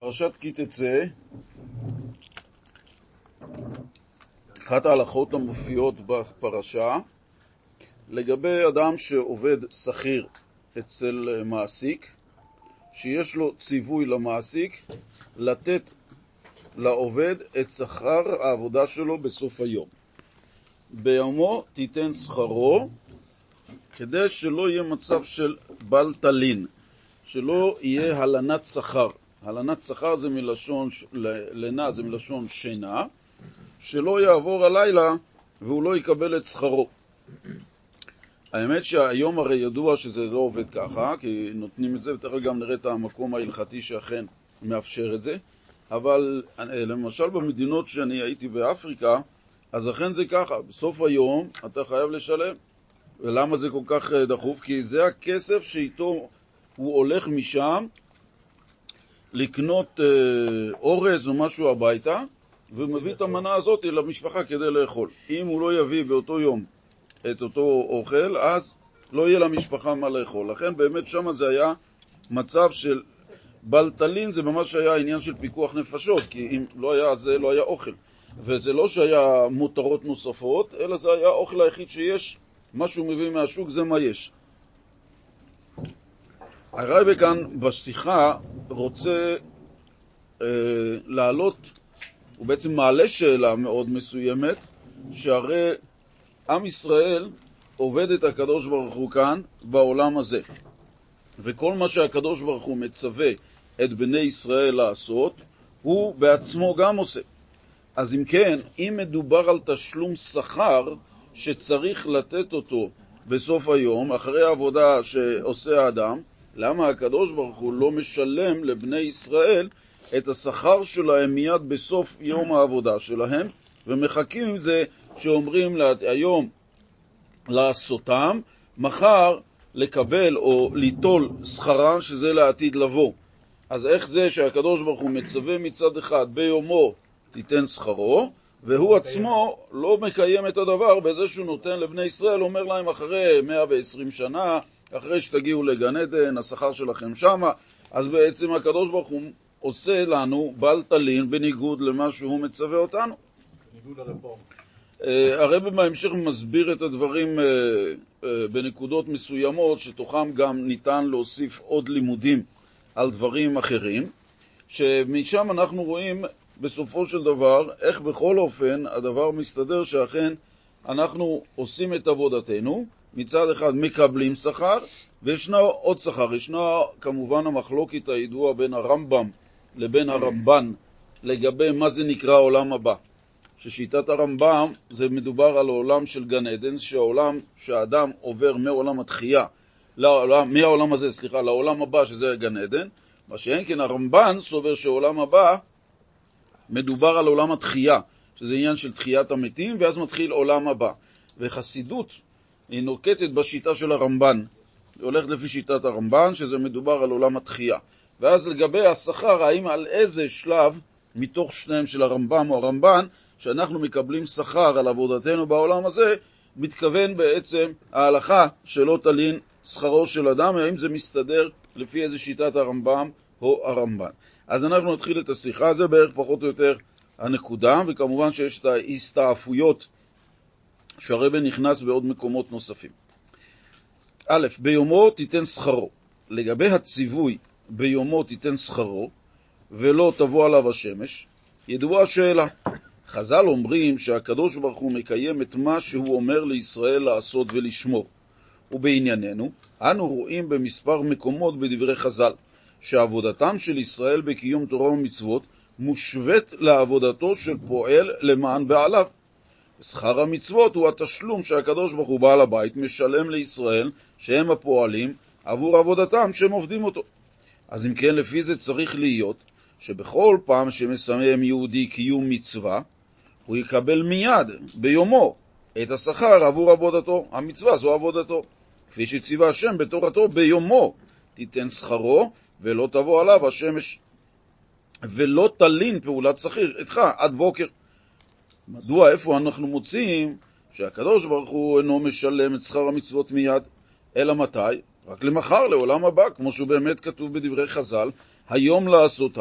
פרשת כי תצא, אחת ההלכות המופיעות בפרשה, לגבי אדם שעובד שכיר אצל מעסיק, שיש לו ציווי למעסיק לתת לעובד את שכר העבודה שלו בסוף היום. ביומו תיתן שכרו, כדי שלא יהיה מצב של בל תלין, שלא יהיה הלנת שכר. הלנת שכר זה מלשון לינה, זה מלשון שינה, שלא יעבור הלילה והוא לא יקבל את שכרו. האמת שהיום הרי ידוע שזה לא עובד ככה, כי נותנים את זה, ותכף גם נראה את המקום ההלכתי שאכן מאפשר את זה, אבל למשל במדינות שאני הייתי באפריקה, אז אכן זה ככה, בסוף היום אתה חייב לשלם. ולמה זה כל כך דחוף? כי זה הכסף שאיתו הוא הולך משם לקנות אורז או משהו הביתה, ומביא את המנה הזאת למשפחה כדי לאכול. אם הוא לא יביא באותו יום את אותו אוכל, אז לא יהיה למשפחה מה לאכול. לכן באמת שם זה היה מצב של בל תלין, זה ממש היה עניין של פיקוח נפשות, כי אם לא היה זה, לא היה אוכל. וזה לא שהיה מותרות נוספות, אלא זה היה האוכל היחיד שיש, מה שהוא מביא מהשוק זה מה יש. הרייב"ד כאן בשיחה רוצה להעלות, הוא בעצם מעלה שאלה מאוד מסוימת, שהרי עם ישראל עובד את הקדוש ברוך הוא כאן בעולם הזה, וכל מה שהקדוש ברוך הוא מצווה את בני ישראל לעשות, הוא בעצמו גם עושה. אז אם כן, אם מדובר על תשלום שכר שצריך לתת אותו בסוף היום, אחרי העבודה שעושה האדם, למה הקדוש ברוך הוא לא משלם לבני ישראל את השכר שלהם מיד בסוף יום העבודה שלהם, ומחכים עם זה שאומרים היום לעשותם, מחר לקבל או ליטול שכרן שזה לעתיד לבוא. אז איך זה שהקדוש ברוך הוא מצווה מצד אחד ביומו תיתן שכרו, והוא עצמו לא מקיים את הדבר בזה שהוא נותן לבני ישראל, אומר להם אחרי 120 שנה, אחרי שתגיעו לגן עדן, השכר שלכם שמה. אז בעצם הקדוש ברוך הוא עושה לנו בל תלין בניגוד למה שהוא מצווה אותנו. בניגוד לרפורמה. הרב בהמשך מסביר את הדברים בנקודות מסוימות, שתוכם גם ניתן להוסיף עוד לימודים על דברים אחרים, שמשם אנחנו רואים בסופו של דבר איך בכל אופן הדבר מסתדר שאכן אנחנו עושים את עבודתנו, מצד אחד מקבלים שכר, וישנה עוד שכר. ישנה כמובן המחלוקת הידועה בין הרמב"ם לבין הרמב"ן לגבי מה זה נקרא עולם הבא. ששיטת הרמב"ם זה מדובר על העולם של גן עדן, שהעולם שהאדם עובר מעולם התחייה מהעולם הזה, לעולם הבא שזה גן עדן. מה שאין כן הרמב"ן סובר שעולם הבא מדובר על עולם התחייה, שזה עניין של תחיית המתים, ואז מתחיל עולם הבא. וחסידות היא נוקטת בשיטה של הרמב"ן, היא הולכת לפי שיטת הרמב"ן, שזה מדובר על עולם התחייה. ואז לגבי השכר, האם על איזה שלב מתוך שניהם של הרמב"ם או הרמב"ן, שאנחנו מקבלים שכר על עבודתנו בעולם הזה, מתכוון בעצם ההלכה שלא תלין שכרו של אדם, האם זה מסתדר לפי איזה שיטת הרמב"ם או הרמב"ן. אז אנחנו נתחיל את השיחה, זה בערך פחות או יותר הנקודה, וכמובן שיש את ההסתעפויות שהרבא נכנס בעוד מקומות נוספים. א', ביומו תיתן שכרו. לגבי הציווי ביומו תיתן שכרו ולא תבוא עליו השמש, ידועה השאלה. חז"ל אומרים שהקדוש ברוך הוא מקיים את מה שהוא אומר לישראל לעשות ולשמור. ובענייננו, אנו רואים במספר מקומות בדברי חז"ל, שעבודתם של ישראל בקיום תורה ומצוות מושווית לעבודתו של פועל למען בעליו. שכר המצוות הוא התשלום שהקדוש ברוך הוא בעל הבית משלם לישראל, שהם הפועלים, עבור עבודתם שהם עובדים אותו. אז אם כן, לפי זה צריך להיות שבכל פעם שמסיים יהודי קיום מצווה, הוא יקבל מיד ביומו את השכר עבור עבודתו. המצווה זו עבודתו. כפי שציווה השם בתורתו, ביומו תיתן שכרו ולא תבוא עליו השמש. ולא תלין פעולת שכיר אתך עד בוקר. מדוע, איפה אנחנו מוצאים שהקדוש ברוך הוא אינו משלם את שכר המצוות מיד? אלא מתי? רק למחר, לעולם הבא, כמו שהוא באמת כתוב בדברי חז"ל, היום לעשותם,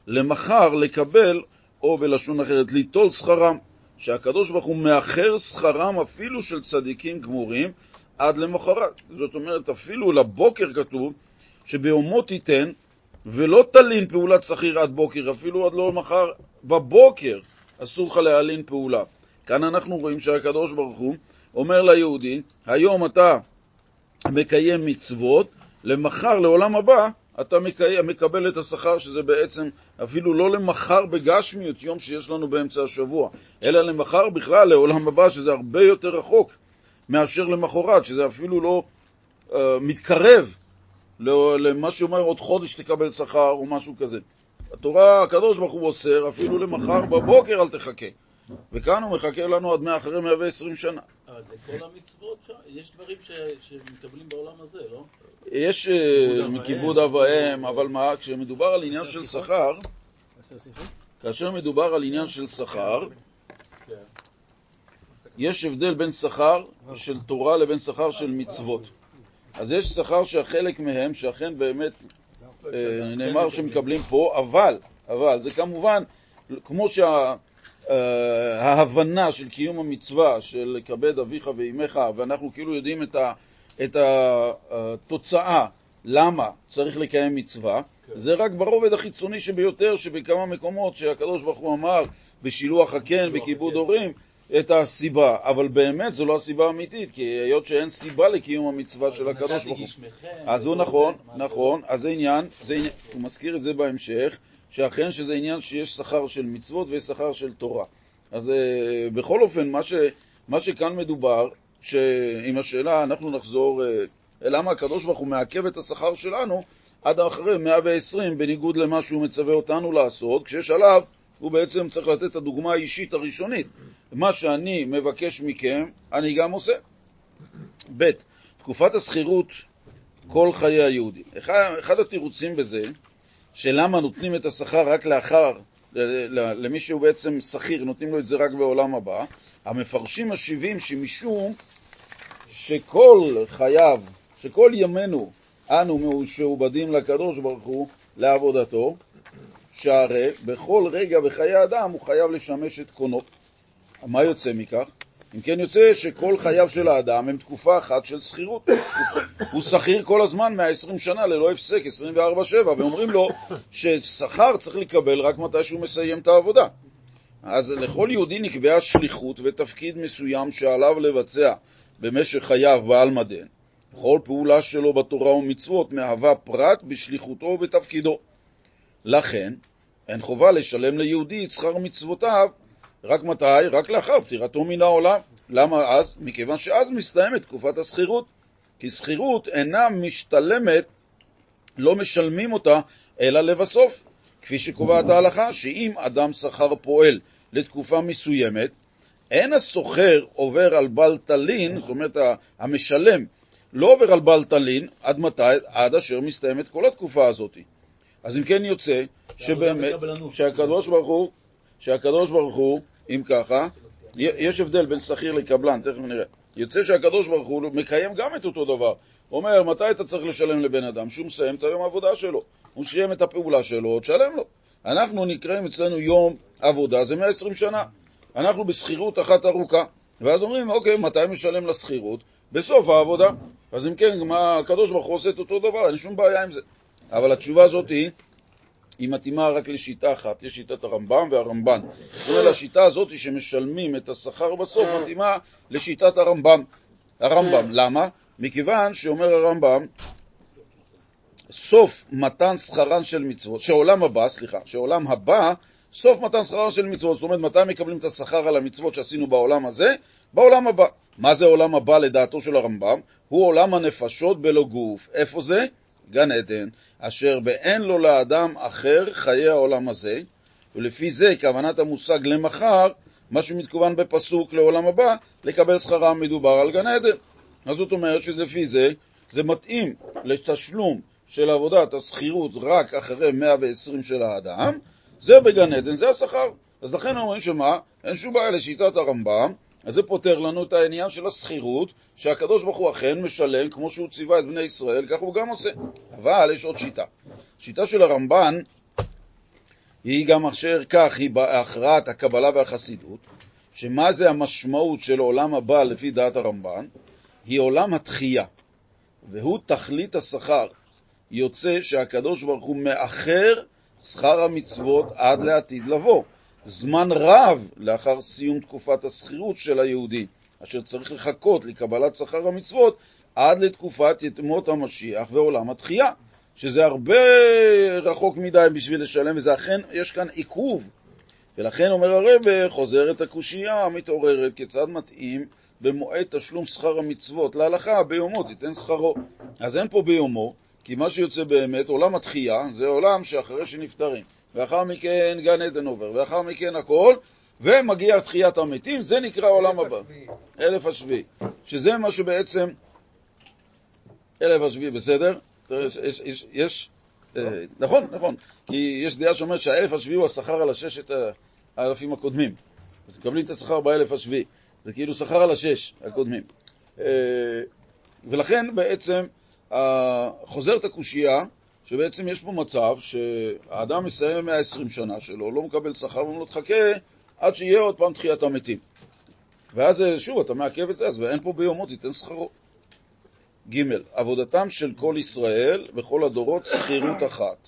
למחר לקבל, או בלשון אחרת, ליטול שכרם, שהקדוש ברוך הוא מאחר שכרם אפילו של צדיקים גמורים עד למחרת. זאת אומרת, אפילו לבוקר כתוב שביומו תיתן, ולא תלין פעולת שכיר עד בוקר, אפילו עד לא מחר בבוקר אסור לך להלין פעולה. כאן אנחנו רואים שהקדוש ברוך הוא אומר ליהודי, היום אתה מקיים מצוות, למחר, לעולם הבא, אתה מקבל את השכר, שזה בעצם אפילו לא למחר בגשמיות, יום שיש לנו באמצע השבוע, אלא למחר בכלל, לעולם הבא, שזה הרבה יותר רחוק מאשר למחרת, שזה אפילו לא מתקרב למה שאומר עוד חודש תקבל שכר או משהו כזה. התורה, הקדוש ברוך הוא אוסר, אפילו למחר בבוקר אל תחכה. וכאן הוא מחכה לנו עד אחרי 120 שנה. אבל זה כל המצוות שם? יש דברים שמקבלים בעולם הזה, לא? יש מכיבוד אב ואם, אבל מה, כשמדובר על עניין של שכר, כאשר מדובר על עניין של שכר, יש הבדל בין שכר של תורה לבין שכר של מצוות. אז יש שכר שהחלק מהם, שאכן באמת נאמר שמקבלים פה, אבל זה כמובן, כמו ההבנה של קיום המצווה של כבד אביך ואימך, ואנחנו כאילו יודעים את התוצאה למה צריך לקיים מצווה, זה רק ברובד החיצוני שביותר, שבכמה מקומות שהקדוש ברוך הוא אמר בשילוח הקן, בכיבוד הורים, את הסיבה, אבל באמת זו לא הסיבה האמיתית, כי היות שאין סיבה לקיום המצווה של הקדוש ברוך הוא. אז הוא נכון, אז זה עניין, הוא מזכיר את זה בהמשך, שאכן שזה עניין שיש שכר של מצוות ויש שכר של תורה. אז בכל אופן, מה שכאן מדובר, שעם השאלה אנחנו נחזור, למה הקדוש ברוך הוא מעכב את השכר שלנו עד אחרי 120, בניגוד למה שהוא מצווה אותנו לעשות, כשיש עליו, הוא בעצם צריך לתת את הדוגמה האישית הראשונית. מה שאני מבקש מכם, אני גם עושה. ב' תקופת השכירות כל חיי היהודים. אחד התירוצים בזה, שלמה נותנים את השכר רק לאחר, למי שהוא בעצם שכיר, נותנים לו את זה רק בעולם הבא, המפרשים משיבים שמשום שכל חייו, שכל ימינו אנו משועבדים לקדוש ברוך הוא לעבודתו, שהרי בכל רגע בחיי האדם הוא חייב לשמש את קונו. מה יוצא מכך? אם כן יוצא שכל חייו של האדם הם תקופה אחת של שכירות. הוא שכיר כל הזמן 120 שנה ללא הפסק, 24/7, ואומרים לו ששכר צריך לקבל רק מתי שהוא מסיים את העבודה. אז לכל יהודי נקבעה שליחות ותפקיד מסוים שעליו לבצע במשך חייו בעל מדן. כל פעולה שלו בתורה ומצוות מהווה פרט בשליחותו ובתפקידו. לכן, אין חובה לשלם ליהודי את שכר מצוותיו רק מתי? רק לאחר פטירתו מן העולם. למה אז? מכיוון שאז מסתיימת תקופת השכירות. כי שכירות אינה משתלמת, לא משלמים אותה, אלא לבסוף. כפי שקובעת ההלכה, שאם אדם שכר פועל לתקופה מסוימת, אין הסוחר עובר על בל תלין, זאת אומרת המשלם לא עובר על בל תלין, עד מתי? עד אשר מסתיימת כל התקופה הזאת. אז אם כן יוצא שבאמת שהקדוש ברוך הוא, אם ככה, יש הבדל בין שכיר לקבלן, תכף נראה. יוצא שהקדוש ברוך הוא מקיים גם את אותו דבר. הוא אומר, מתי אתה צריך לשלם לבן אדם? שהוא מסיים את היום העבודה שלו. הוא סיים את הפעולה שלו, תשלם לו. אנחנו נקראים אצלנו יום עבודה, זה 120 שנה. אנחנו בסחירות אחת ארוכה. ואז אומרים, אוקיי, מתי משלם לסחירות? בסוף העבודה. אז אם כן, הקדוש ברוך הוא עושה את אותו דבר, אין שום בעיה עם זה. אבל התשובה הזאת היא מתאימה רק לשיטה אחת, יש שיטת הרמב"ם והרמב"ן. זאת אומרת, השיטה הזאת שמשלמים את השכר בסוף מתאימה לשיטת הרמב"ם. למה? מכיוון שאומר הרמב"ם, סוף מתן שכרן של מצוות, שעולם הבא, סוף מתן שכרן של מצוות, זאת אומרת, מתי מקבלים את השכר על המצוות שעשינו בעולם הזה? בעולם הבא. מה זה עולם הבא לדעתו של הרמב"ם? הוא עולם הנפשות בלא גוף. איפה זה? גן עדן, אשר באין לו לאדם אחר חיי העולם הזה, ולפי זה כוונת המושג למחר, מה שמתכוון בפסוק לעולם הבא, לקבל שכרם, מדובר על גן עדן. אז זאת אומרת שלפי זה, זה מתאים לתשלום של עבודת השכירות רק אחרי 120 של האדם, זה בגן עדן, זה השכר. אז לכן אומרים שמה? אין שום בעיה לשיטת הרמב"ם, אז זה פותר לנו את העניין של השכירות, שהקדוש ברוך הוא אכן משלם, כמו שהוא ציווה את בני ישראל, כך הוא גם עושה. אבל יש עוד שיטה. שיטה של הרמב"ן, היא גם אשר כך היא בהכרעת הקבלה והחסידות, שמה זה המשמעות של עולם הבא לפי דעת הרמב"ן? היא עולם התחייה, והוא תכלית השכר. יוצא שהקדוש ברוך הוא מאחר שכר המצוות עד לעתיד לבוא, זמן רב לאחר סיום תקופת השכירות של היהודי, אשר צריך לחכות לקבלת שכר המצוות עד לתקופת יתמות המשיח ועולם התחייה, שזה הרבה רחוק מדי בשביל לשלם, וזה אכן יש כאן עיכוב. ולכן אומר הרב, חוזרת הקושייה המתעוררת, כיצד מתאים במועד תשלום שכר המצוות להלכה ביומו תיתן שכרו. אז אין פה ביומו, כי מה שיוצא באמת, עולם התחייה זה עולם שאחרי שנפטרים, ואחר מכן גן עדן עובר, ואחר מכן הכל, ומגיע תחיית המתים, זה נקרא עולם הבא. 1007. שזה מה שבעצם 1007, בסדר? יש נכון, כי יש דעה שאומרת שה1007 הוא השכר על ה6,000 הקודמים. אז מקבלים את השכר ב1007. זה כאילו שכר על ה6 הקודמים. ולכן בעצם חוזרת הקושייה, שבעצם יש פה מצב שהאדם מסיים 120 שנה שלו, לא מקבל שכר, ולא תחכה עד שיהיה עוד פעם תחיית המתים. ואז שוב, אתה מעכב את זה, אז ואין פה ביומו תיתן שכרו. ג' עבודתם של כל ישראל בכל הדורות שכירות אחת.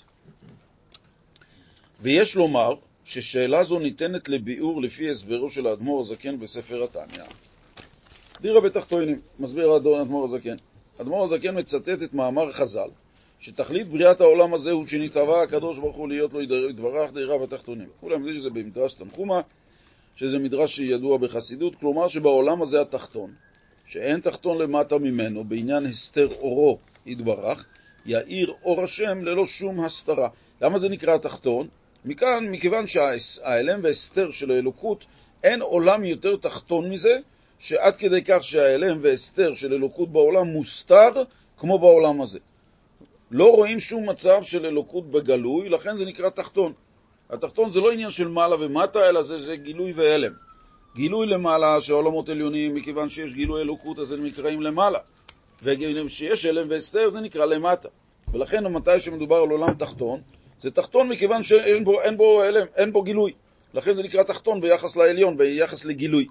ויש לומר ששאלה זו ניתנת לביאור לפי הסברו של האדמו"ר הזקן בספר התניא. דירה בתחתונים, מסביר האדמו"ר הזקן. האדמו"ר הזקן מצטט את מאמר חז"ל, שתכלית בריאת העולם הזה הוא שנתהווה הקדוש ברוך הוא להיות לו יתברך דירה בתחתונים. כולם יודעים שזה במדרש תנחומא, שזה מדרש שידוע בחסידות, כלומר שבעולם הזה התחתון, שאין תחתון למטה ממנו, בעניין הסתר אורו יתברך, יאיר אור השם ללא שום הסתרה. למה זה נקרא תחתון? מכיוון שהאלם והסתר של האלוקות, אין עולם יותר תחתון מזה, שעד כדי כך שהאלם והסתר של אלוקות בעולם מוסתר כמו בעולם הזה. לא רואים שום מצב של אלוקות בגלוי, לכן זה נקרא תחתון. התחתון זה לא עניין של מעלה ומטה, אלא זה גילוי ואלם. גילוי למעלה שהעולמות עליונים, מכיוון שיש גילוי אלוקות, אז הם נקראים למעלה. וכשיש אלם והסתר זה נקרא למטה. ולכן מתי שמדובר על עולם תחתון, זה תחתון מכיוון שאין בו אלם, אין בו גילוי. לכן זה נקרא תחתון ביחס לעליון, ביחס לגילוי.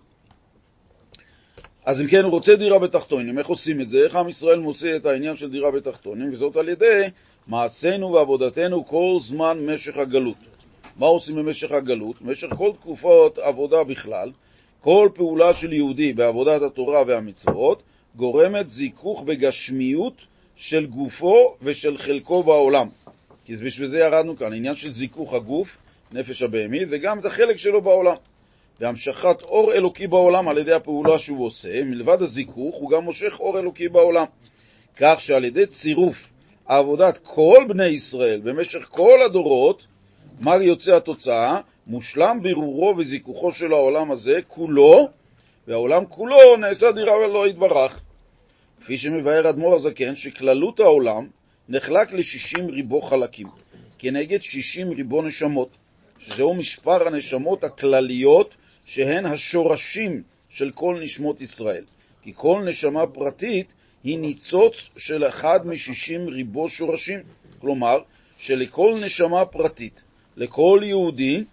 אז אם כן הוא רוצה דירה בתחתונים, איך עושים את זה? איך עם ישראל מוציא את העניין של דירה בתחתונים? וזאת על ידי מעשינו ועבודתנו כל זמן משך הגלות. מה עושים במשך הגלות? במשך כל תקופות עבודה בכלל, כל פעולה של יהודי בעבודת התורה והמצוות גורמת זיכוך בגשמיות של גופו ושל חלקו בעולם. כי בשביל זה ירדנו כאן, עניין של זיכוך הגוף, נפש הבהמית, וגם את החלק שלו בעולם. והמשכת אור אלוקי בעולם על ידי הפעולה שהוא עושה, מלבד הזיכוך הוא גם מושך אור אלוקי בעולם. כך שעל ידי צירוף עבודת כל בני ישראל במשך כל הדורות, מה יוצא התוצאה? מושלם בירורו וזיכוכו של העולם הזה כולו, והעולם כולו נעשה דירה ולא יתברך. כפי שמבאר אדמו"ר הזקן, שכללות העולם נחלק ל60 ריבו חלקים, כנגד 60 ריבו נשמות, שזהו מספר הנשמות הכלליות שהן השורשים של כל נשמות ישראל. כי כל נשמה פרטית היא ניצוץ של אחד מ60 ריבו שורשים. כלומר, שלכל נשמה פרטית, לכל יהודי,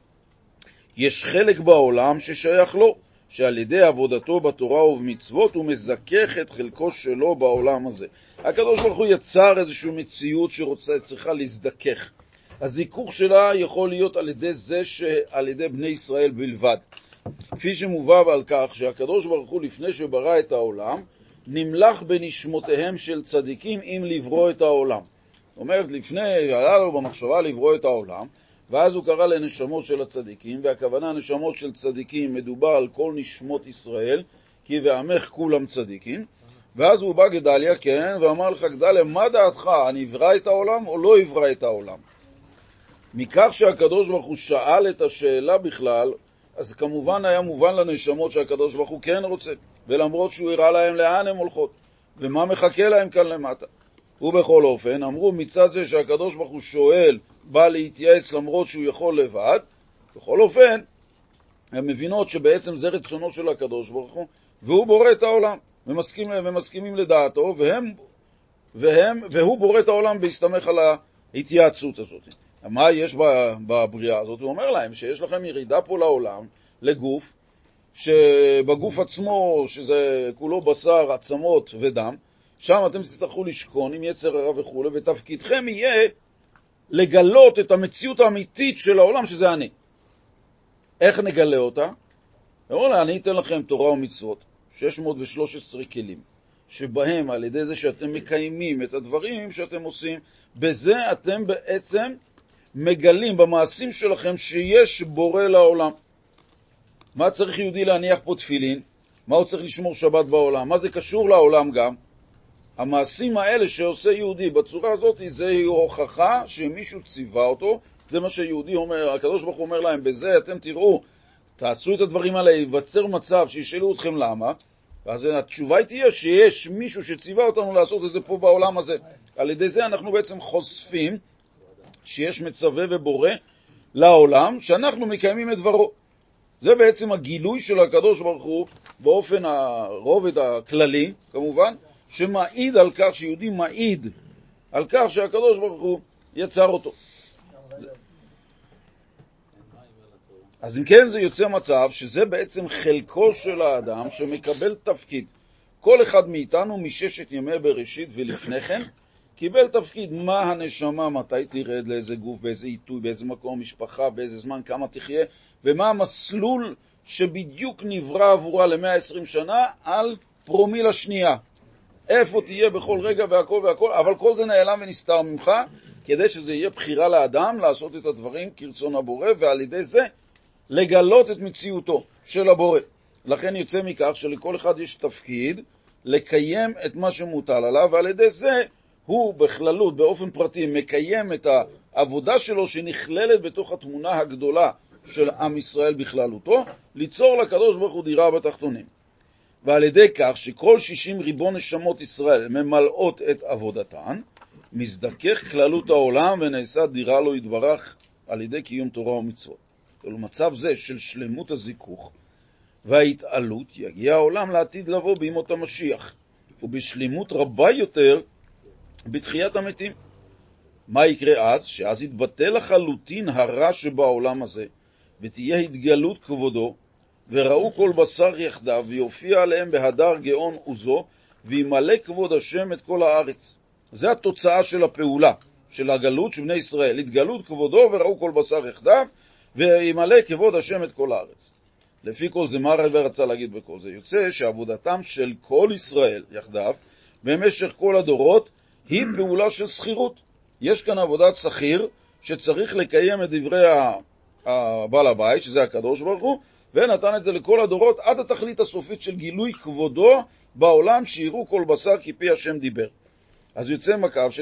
יש חלק בעולם ששייך לו, שעל ידי עבודתו בתורה ובמצוות הוא מזכך את חלקו שלו בעולם הזה. הקדוש ברוך הוא יצר איזושהי מציאות צריכה להזדכך. הזיכוך שלה יכול להיות על ידי זה שעל ידי בני ישראל בלבד. כפי שמובא על כך שהקדוש ברוך הוא לפני שברא את העולם, נמלך בנשמותיהם של צדיקים עם לברוא את העולם. זאת אומרת, לפני היה לו במחשבה לברוא את העולם, ואז הוא קרא לנשמות של הצדיקים, והכוונה נשמות של צדיקים מדובר על כל נשמות ישראל, כי ועמך כולם צדיקים. ואז הוא בא גדליה, כן, ואמר לך, גדליה, מה דעתך? אני אברא את העולם או לא אברא את העולם? מכך שהקדוש ברוך הוא שאל את השאלה בכלל, אז כמובן היה מובן לנשמות שהקדוש ברוך הוא כן רוצה, ולמרות שהוא הראה להם לאן הם הולכות, ומה מחכה להם כאן למטה. ובכל אופן, אמרו מצד זה שהקדוש ברוך הוא שואל, בא להתייעץ למרות שהוא יכול לבד, בכל אופן, הם מבינות שבעצם זה רצונו של הקדוש ברוך הוא, והוא בורא את העולם, ומסכימים לדעתו, והוא בורא את העולם בהסתמך על ההתייעצות הזאת. מה יש בבריאה הזאת? הוא אומר להם שיש לכם ירידה פה לעולם, לגוף, שבגוף עצמו, שזה כולו בשר, עצמות ודם, שם אתם תצטרכו לשכון עם יצר הרע וכו', ותפקידכם יהיה לגלות את המציאות האמיתית של העולם, שזה אני. איך נגלה אותה? אמרו לה, אני אתן לכם תורה ומצוות, 613 כלים, שבהם על ידי זה שאתם מקיימים את הדברים שאתם עושים, בזה אתם בעצם מגלים במעשים שלכם שיש בורא לעולם. מה צריך יהודי להניח פה תפילין? מה הוא צריך לשמור שבת בעולם? מה זה קשור לעולם גם? המעשים האלה שעושה יהודי בצורה הזאת, זה הוכחה שמישהו ציווה אותו. זה מה שיהודי אומר, הקדוש ברוך הוא אומר להם, בזה אתם תראו, תעשו את הדברים האלה, ייווצר מצב שישאלו אתכם למה, אז התשובה תהיה שיש מישהו שציווה אותנו לעשות את זה פה בעולם הזה. על ידי זה אנחנו בעצם חושפים שיש מצווה ובורא לעולם, שאנחנו מקיימים את דברו. זה בעצם הגילוי של הקדוש ברוך הוא באופן הרובד הכללי, כמובן, שמעיד על כך, שיהודי מעיד על כך שהקדוש ברוך הוא יצר אותו. אז אם כן, זה יוצא מצב שזה בעצם חלקו של האדם שמקבל תפקיד. כל אחד מאיתנו מששת ימי בראשית ולפני כן קיבל תפקיד, מה הנשמה, מתי תרד, לאיזה גוף, באיזה עיתוי, באיזה מקום, משפחה, באיזה זמן, כמה תחיה, ומה המסלול שבדיוק נברא עבורה ל-120 שנה על פרומיל השנייה. איפה תהיה בכל רגע והכל והכל, אבל כל זה נעלם ונסתר ממך, כדי שזה יהיה בחירה לאדם לעשות את הדברים כרצון הבורא, ועל ידי זה לגלות את מציאותו של הבורא. לכן יוצא מכך שלכל אחד יש תפקיד לקיים את מה שמוטל עליו, ועל ידי זה הוא בכללות, באופן פרטי, מקיים את העבודה שלו שנכללת בתוך התמונה הגדולה של עם ישראל בכללותו, ליצור לקדוש ברוך הוא דירה בתחתונים. ועל ידי כך שכל 60 ריבון נשמות ישראל ממלאות את עבודתן, מזדכך כללות העולם ונעשה דירה לו יתברך על ידי קיום תורה ומצוות. ולמצב זה של שלמות הזיכוך וההתעלות יגיע העולם לעתיד לבוא בימות המשיח, ובשלמות רבה יותר בתחיית המתים. מה יקרה אז? שאז יתבטל לחלוטין הרע שבעולם הזה, ותהיה התגלות כבודו, וראו כל בשר יחדיו, ויופיע עליהם בהדר גאון עוזו, וימלא כבוד השם את כל הארץ. זה התוצאה של הפעולה, של הגלות של בני ישראל. התגלות כבודו, וראו כל בשר יחדיו, וימלא כבוד השם את כל הארץ. לפי כל זה, מה הרב רצה להגיד בכל זה? יוצא שעבודתם של כל ישראל יחדיו, במשך כל הדורות, היא פעולה של שכירות. יש כאן עבודת שכיר, שצריך לקיים את דברי הבעל הבית, שזה הקדוש ברוך הוא, ונתן את זה לכל הדורות עד התכלית הסופית של גילוי כבודו בעולם, שיראו כל בשר כי פי השם דיבר. אז יוצא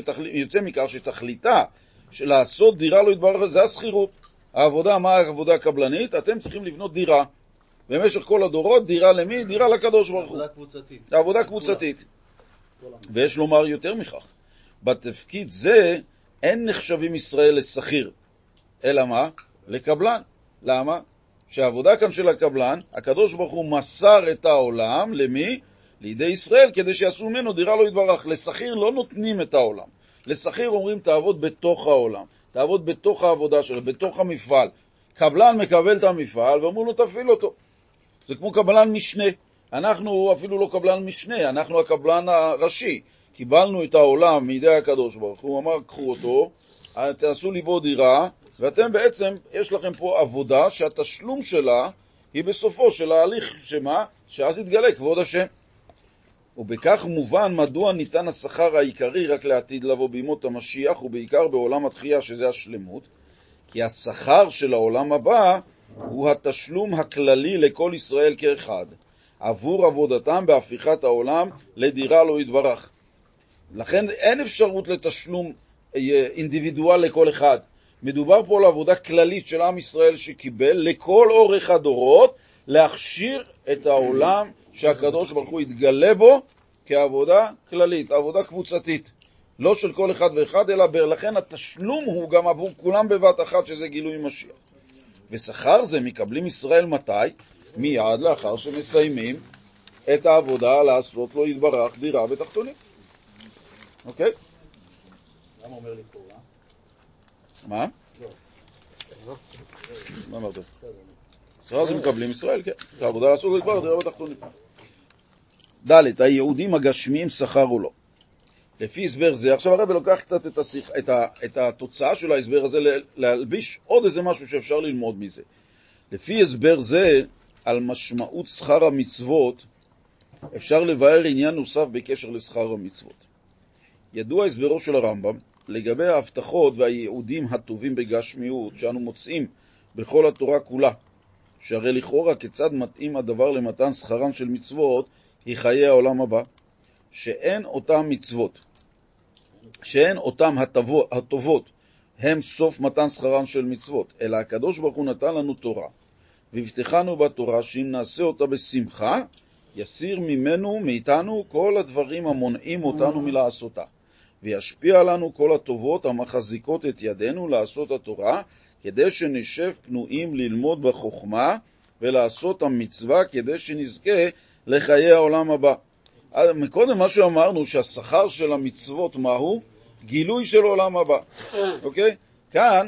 מכך שתכליתה של לעשות דירה לא יתברך, זה השכירות. העבודה, מה העבודה הקבלנית? אתם צריכים לבנות דירה. במשך כל הדורות, דירה למי? דירה לקדוש ברוך הוא. עבודה קבוצתית. עבודה קבוצתית. ויש לומר יותר מכך. בתפקיד זה אין נחשבים ישראל לשכיר, אלא מה? לקבלן. למה? שהעבודה כאן של הקבלן, הקדוש ברוך הוא מסר את העולם, למי? לידי ישראל, כדי שיעשו ממנו דירה לא יתברך. לשכיר לא נותנים את העולם. לשכיר אומרים תעבוד בתוך העולם, תעבוד בתוך העבודה שלו, בתוך המפעל. קבלן מקבל את המפעל ואומרים לו תפעיל אותו. זה כמו קבלן משנה. אנחנו אפילו לא קבלן משנה, אנחנו הקבלן הראשי. קיבלנו את העולם מידי הקדוש ברוך הוא, אמר קחו אותו, תעשו לי בו דירה, ואתם בעצם, יש לכם פה עבודה שהתשלום שלה היא בסופו של ההליך, שמה? שאז יתגלה כבוד השם. ובכך מובן מדוע ניתן השכר העיקרי רק לעתיד לבוא בימות המשיח, ובעיקר בעולם התחייה שזה השלמות, כי השכר של העולם הבא הוא התשלום הכללי לכל ישראל כאחד, עבור עבודתם בהפיכת העולם לדירה לא יתברך. לכן אין אפשרות לתשלום אינדיבידואל לכל אחד. מדובר פה על עבודה כללית של עם ישראל שקיבל לכל אורך הדורות להכשיר את העולם שהקדוש ברוך הוא יתגלה בו כעבודה כללית, עבודה קבוצתית. לא של כל אחד ואחד, אלא לכן התשלום הוא גם עבור כולם בבת אחת, שזה גילוי משיח. ושכר זה מקבלים ישראל מתי? מיד לאחר שמסיימים את העבודה לעשות לו יתברך דירה בתחתונים. אוקיי? למה אומר לכאורה? מה? מה אמרת? שכר זה מקבלים ישראל, כן. את העבודה לעשות זה כבר, דירה בתחתונים. ד' היהודים הגשמיים שכר או לא. לפי הסבר זה, עכשיו הרב לוקח קצת את התוצאה של ההסבר הזה, להלביש עוד איזה משהו שאפשר ללמוד מזה. לפי הסבר זה, על משמעות שכר המצוות, אפשר לבאר עניין נוסף בקשר לשכר המצוות. ידוע הסברו של הרמב"ם, לגבי ההבטחות והייעודים הטובים בגשמיות, שאנו מוצאים בכל התורה כולה, שהרי לכאורה כיצד מתאים הדבר למתן שכרן של מצוות, היא חיי העולם הבא, שאין אותם מצוות, שאין אותם הטובות, הם סוף מתן שכרן של מצוות, אלא הקדוש ברוך הוא נתן לנו תורה, והבטחנו בתורה שאם נעשה אותה בשמחה, יסיר מאיתנו כל הדברים המונעים אותנו מלעשותה, וישפיע לנו כל הטובות המחזיקות את ידינו לעשות התורה, כדי שנשב פנויים ללמוד בחוכמה ולעשות המצווה, כדי שנזכה לחיי העולם הבא. מקודם מה שאמרנו שהשכר של המצוות מהו? גילוי של עולם הבא. אוקיי? כאן,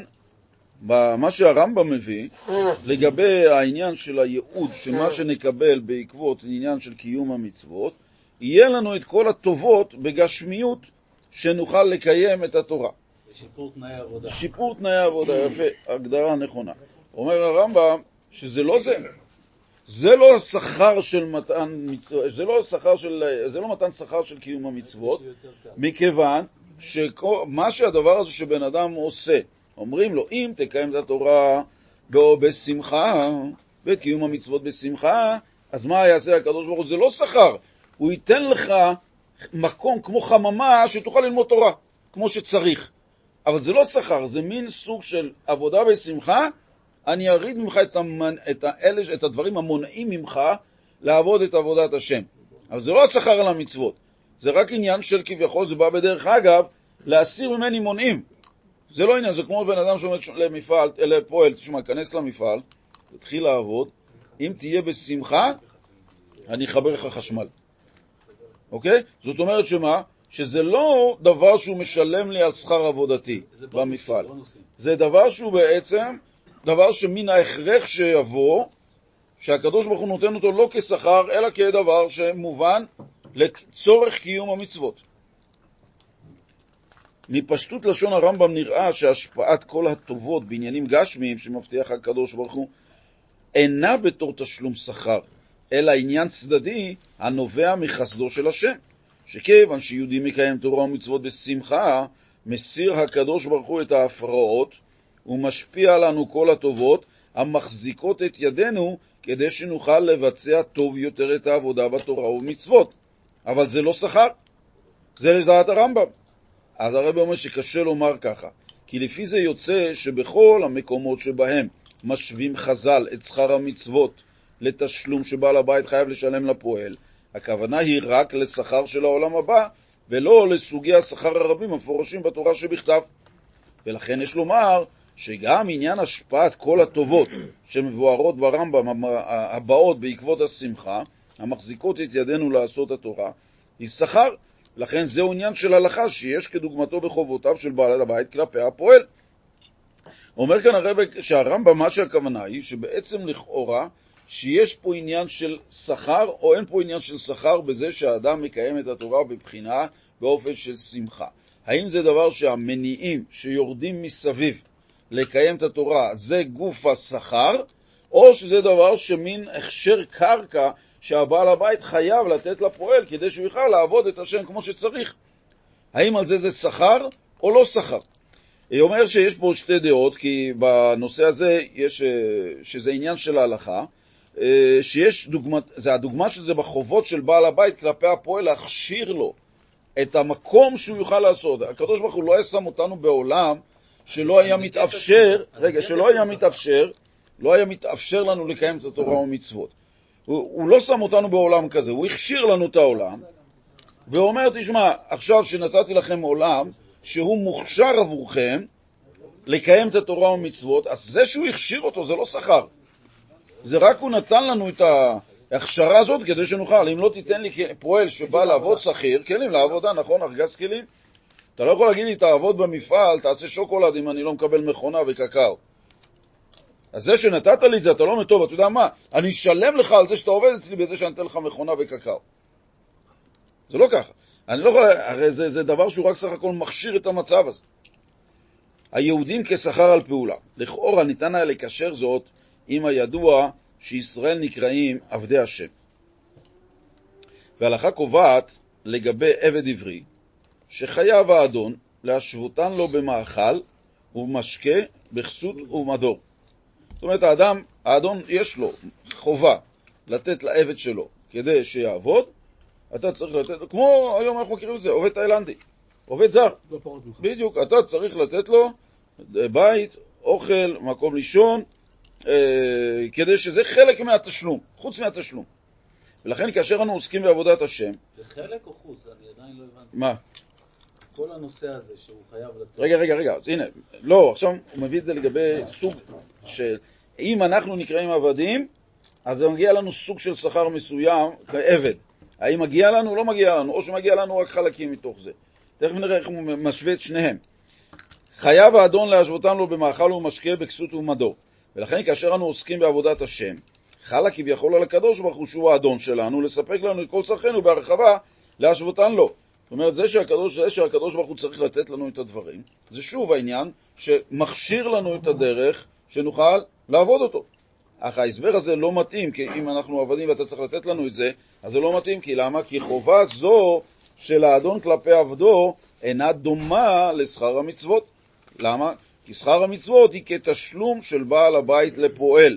מה שהרמב"ם מביא, לגבי העניין של הייעוד, שמה שנקבל בעקבות עניין של קיום המצוות, יהיה לנו את כל הטובות בגשמיות שנוכל לקיים את התורה. שיפור תנאי עבודה. שיפור תנאי עבודה, יפה, הגדרה נכונה. אומר הרמב"ם שזה לא זה. זה לא שכר של מתן מצוות, זה לא מתן שכר של קיום המצוות, מכיוון שמה שהדבר הזה שבן אדם עושה, אומרים לו, אם תקיים את התורה בשמחה, ואת קיום המצוות בשמחה, אז מה יעשה הקדוש ברוך הוא? זה לא שכר, הוא ייתן לך מקום כמו חממה שתוכל ללמוד תורה, כמו שצריך. אבל זה לא שכר, זה מין סוג של עבודה בשמחה, אני אריד ממך את הדברים המונעים ממך לעבוד את עבודת השם. אבל זה לא השכר על המצוות, זה רק עניין של כביכול, זה בא בדרך אגב, להסיר ממני מונעים. זה לא עניין, זה כמו בן אדם שעומד למפעל, לפועל, תשמע, כנס למפעל, תתחיל לעבוד, אם תהיה בשמחה, אני אחבר לך חשמל. אוקיי? זאת אומרת שמה? שזה לא דבר שהוא משלם לי על שכר עבודתי במפעל. זה דבר שהוא בעצם, דבר שמן ההכרח שיבוא, שהקדוש ברוך הוא נותן אותו לא כשכר, אלא כדבר שמובן לצורך קיום המצוות. מפשטות לשון הרמב"ם נראה שהשפעת כל הטובות בעניינים גשמיים שמבטיח הקדוש ברוך הוא אינה בתור תשלום שכר, אלא עניין צדדי הנובע מחסדו של השם. שכיוון שיהודי מקיים תורה ומצוות בשמחה, מסיר הקדוש ברוך הוא את ההפרעות ומשפיע לנו כל הטובות המחזיקות את ידינו, כדי שנוכל לבצע טוב יותר את העבודה בתורה ומצוות. אבל זה לא שכר, זה לדעת הרמב"ם. אז הרב אומר שקשה לומר ככה, כי לפי זה יוצא שבכל המקומות שבהם משווים חז"ל את שכר המצוות לתשלום שבעל הבית חייב לשלם לפועל, הכוונה היא רק לשכר של העולם הבא, ולא לסוגי השכר הרבים המפורשים בתורה שבכתב. ולכן יש לומר שגם עניין השפעת כל הטובות שמבוארות ברמב"ם הבאות בעקבות השמחה, המחזיקות את ידינו לעשות התורה, היא שכר. לכן זהו עניין של הלכה שיש כדוגמתו בחובותיו של בעל הבית כלפי הפועל. אומר כאן הרב שהרמב"ם, מה שהכוונה היא שבעצם לכאורה שיש פה עניין של שכר או אין פה עניין של שכר בזה שהאדם מקיים את התורה בבחינה באופן של שמחה. האם זה דבר שהמניעים שיורדים מסביב לקיים את התורה זה גוף השכר, או שזה דבר שמין הכשר קרקע שהבעל הבית חייב לתת לפועל כדי שהוא יוכל לעבוד את השם כמו שצריך? האם על זה שכר או לא שכר? היא אומר שיש פה שתי דעות, כי בנושא הזה יש, שזה עניין של ההלכה, שיש דוגמה, זה הדוגמה של זה בחובות של בעל הבית כלפי הפועל להכשיר לו את המקום שהוא יוכל לעשות. הקדוש ברוך הוא לא שם אותנו בעולם שלא היה מתאפשר, לא היה מתאפשר לנו לקיים את התורה ומצוות. הוא לא שם אותנו בעולם כזה, הוא הכשיר לנו את העולם, ואומר, תשמע, עכשיו שנתתי לכם עולם שהוא מוכשר עבורכם לקיים את התורה ומצוות, אז זה שהוא הכשיר אותו זה לא שכר. זה רק הוא נתן לנו את ההכשרה הזאת כדי שנוכל. אם לא תיתן לי פועל שבא לעבוד שכיר, כלים לעבודה, נכון, ארגז כלים, אתה לא יכול להגיד לי, תעבוד במפעל, תעשה שוקולד אם אני לא מקבל מכונה וקקאו. אז זה שנתת לי את זה, אתה לא אומר, טוב, אתה יודע מה, אני אשלם לך על זה שאתה עובד אצלי בזה שאני אתן לך מכונה וקקאו. זה לא ככה. אני לא יכול, הרי זה דבר שהוא רק סך הכל מכשיר את המצב הזה. היהודים כשכר על פעולה. לכאורה ניתן היה לקשר זאת עם הידוע שישראל נקראים עבדי השם. וההלכה קובעת לגבי עבד עברי, שחייב האדון להשוותן לו במאכל ובמשקה, בכסות ובמדור. זאת אומרת, האדון יש לו חובה לתת לעבד שלו כדי שיעבוד, אתה צריך לתת לו, כמו היום אנחנו מכירים את זה, עובד תאילנדי, עובד זר. בדיוק, אתה צריך לתת לו בית, אוכל, מקום לישון, כדי שזה חלק מהתשלום, חוץ מהתשלום. ולכן כאשר אנו עוסקים בעבודת השם... זה חלק או חוץ? אני עדיין לא הבנתי. מה? כל הנושא הזה שהוא חייב לתת... רגע, אז הנה, לא, עכשיו הוא מביא את זה לגבי סוג של... אם אנחנו נקראים עבדים, אז זה מגיע לנו סוג של שכר מסוים כעבד. האם מגיע לנו? לא מגיע לנו, או שמגיע לנו רק חלקים מתוך זה. תכף נראה איך הוא משווה את שניהם. חייב האדון להשוותן לו במאכל ומשקה, בכסות ומדור. ולכן כאשר אנו עוסקים בעבודת השם, חלה כביכול על הקדוש ברוך הוא שהוא האדון שלנו, לספק לנו את כל צרכינו בהרחבה להשוותן לו. זאת אומרת, זה שהקדוש ברוך הוא צריך לתת לנו את הדברים, זה שוב העניין שמכשיר לנו את הדרך שנוכל לעבוד אותו. אך ההסבר הזה לא מתאים, כי אם אנחנו עבדים ואתה צריך לתת לנו את זה, אז זה לא מתאים. כי למה? כי חובה זו של האדון כלפי עבדו אינה דומה לשכר המצוות. למה? כי שכר המצוות היא כתשלום של בעל הבית לפועל.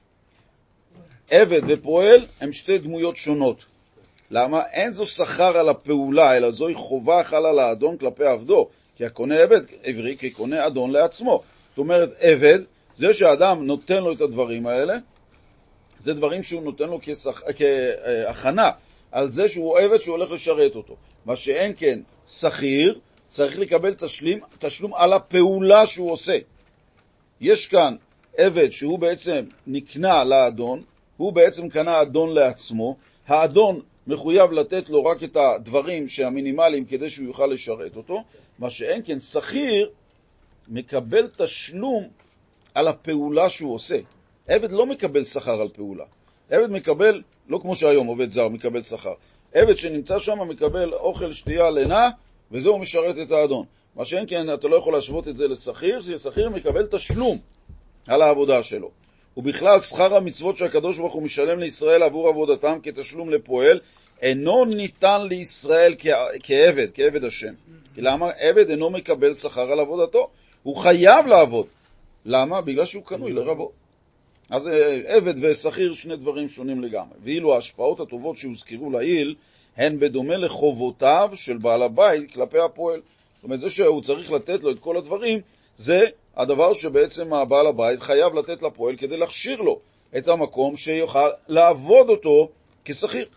עבד ופועל הם שתי דמויות שונות. למה? אין זו שכר על הפעולה, אלא זוהי חובה חלה על האדון כלפי עבדו. כי הקונה עבד עברי כקונה אדון לעצמו. זאת אומרת, עבד, זה שהאדם נותן לו את הדברים האלה, זה דברים שהוא נותן לו כהכנה על זה שהוא עבד שהוא הולך לשרת אותו. מה שאין כן שכיר, צריך לקבל תשלום על הפעולה שהוא עושה. יש כאן עבד שהוא בעצם נקנה לאדון, הוא בעצם קנה אדון לעצמו, האדון מחויב לתת לו רק את הדברים שהמינימליים כדי שהוא יוכל לשרת אותו, מה שאין כן שכיר מקבל תשלום על הפעולה שהוא עושה. עבד לא מקבל שכר על פעולה. עבד מקבל, לא כמו שהיום עובד זר מקבל שכר. עבד שנמצא שם מקבל אוכל, שתייה, לינה, וזהו משרת את האדון. מה שאין כן, אתה לא יכול להשוות את זה לשכיר, ששכיר מקבל תשלום על העבודה שלו. ובכלל, שכר המצוות שהקדוש ברוך הוא משלם לישראל עבור עבודתם כתשלום לפועל, אינו ניתן לישראל כעבד השם. כי למה? עבד אינו מקבל שכר על עבודתו. הוא חייב לעבוד. למה? בגלל שהוא קנוי לרבו. אז עבד ושכיר שני דברים שונים לגמרי. ואילו ההשפעות הטובות שהוזכרו לעיל, הן בדומה לחובותיו של בעל הבית כלפי הפועל. זאת אומרת, זה שהוא צריך לתת לו את כל הדברים, זה הדבר שבעצם הבעל הבית חייב לתת לפועל כדי להכשיר לו את המקום שיוכל לעבוד אותו כשכיר.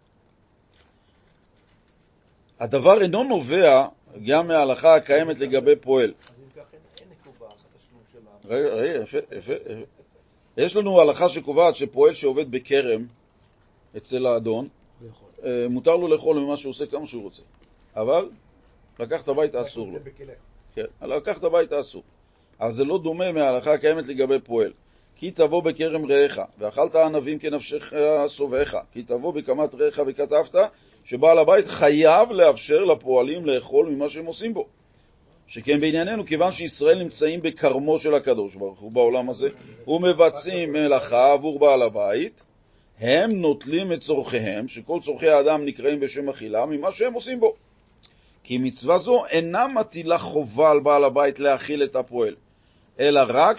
הדבר אינו נובע גם מההלכה הקיימת לגבי פועל. רגע, יפה. יש לנו הלכה שקובעת שפועל שעובד בכרם אצל האדון, מותר לו לאכול ממה שהוא עושה כמה שהוא רוצה. אבל לקחת הביתה אסור לו. כן, לקחת הביתה אסור. אז זה לא דומה מההלכה הקיימת לגבי פועל. כי תבוא בכרם רעך, ואכלת ענבים כנפשך סובך, כי תבוא בקמת רעך וכתבת, שבעל הבית חייב לאפשר לפועלים לאכול ממה שהם עושים בו. שכן בענייננו, כיוון שישראל נמצאים בקרמו של הקדוש ברוך הוא בעולם הזה, ומבצעים מלאכה עבור בעל הבית, הם נוטלים את צורכיהם, שכל צורכי האדם נקראים בשם אכילה, ממה שהם עושים בו. כי מצווה זו אינה מטילה חובה על בעל הבית להאכיל את הפועל, אלא רק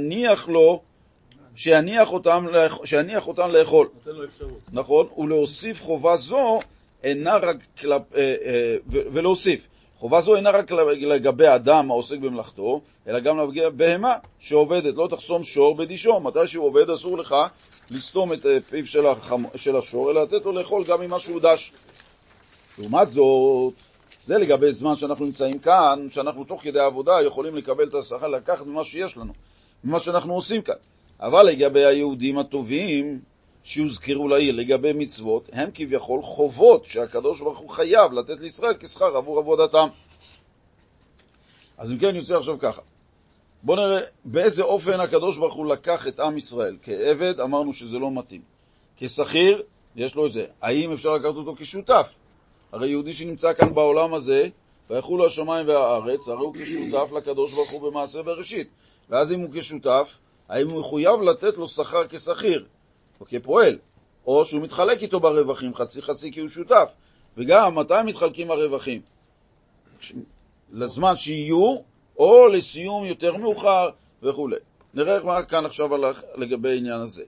שיניח אותם לאכול. נותן לו אפשרות. נכון, ולהוסיף חובה זו אינה רק ולהוסיף. חובה זו אינה רק לגבי אדם העוסק במלאכתו, אלא גם לגבי בהמה שעובדת. לא תחסום שור בדישו. מתי שהוא עובד אסור לך לסתום את פיו של השור, אלא לתת לו לאכול גם ממה שהוא דש. לעומת זאת, זה לגבי זמן שאנחנו נמצאים כאן, שאנחנו תוך כדי העבודה יכולים לקבל את השכר, לקחת ממה שיש לנו, ממה שאנחנו עושים כאן. אבל לגבי היהודים הטובים שהוזכרו לעיל, לגבי מצוות, הם כביכול חובות שהקדוש ברוך הוא חייב לתת לישראל כשכר עבור עבודתם. אז אם כן יוצא עכשיו ככה. בוא נראה באיזה אופן הקדוש ברוך הוא לקח את עם ישראל. כעבד אמרנו שזה לא מתאים. כשכיר יש לו את זה. האם אפשר לקחת אותו כשותף? הרי יהודי שנמצא כאן בעולם הזה, ויחולו השמיים והארץ, הרי הוא כשותף לקדוש ברוך הוא במעשה בראשית. ואז אם הוא כשותף, האם הוא מחויב לתת לו שכר כשכיר, או כפועל, או שהוא מתחלק איתו ברווחים, חצי חצי כי הוא שותף. וגם מתי מתחלקים הרווחים? לזמן שיהיו, או לסיום יותר מאוחר וכו'. נראה מה כאן עכשיו לגבי העניין הזה.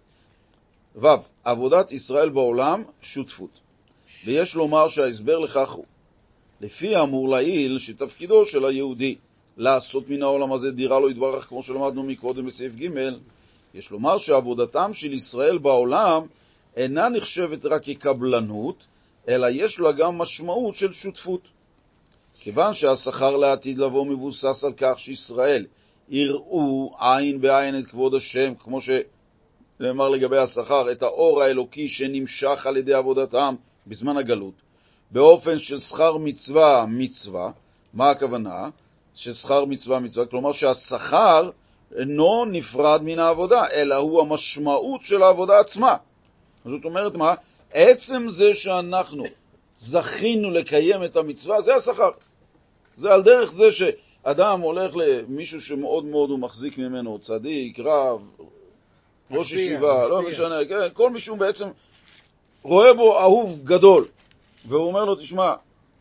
עבודת ישראל בעולם, שותפות. ויש לומר שההסבר לכך הוא, לפי האמור לעיל, שתפקידו של היהודי לעשות מן העולם הזה דירה לא יתברך, כמו שלמדנו מקודם בסעיף ג', יש לומר שעבודתם של ישראל בעולם אינה נחשבת רק כקבלנות, אלא יש לה גם משמעות של שותפות. כיוון שהשכר לעתיד לבוא מבוסס על כך שישראל יראו עין בעין את כבוד השם, כמו שנאמר לגבי השכר, את האור האלוקי שנמשך על ידי עבודתם בזמן הגלות, באופן של שכר מצווה מצווה. מה הכוונה? ששכר מצווה מצווה, כלומר שהשכר אינו נפרד מן העבודה, אלא הוא המשמעות של העבודה עצמה. זאת אומרת מה? עצם זה שאנחנו זכינו לקיים את המצווה, זה השכר. זה על דרך זה שאדם הולך למישהו שמאוד מאוד הוא מחזיק ממנו, צדיק, רב, ראש ישיבה, לא משנה, כן, כל מישהו בעצם רואה בו אהוב גדול, והוא אומר לו, תשמע,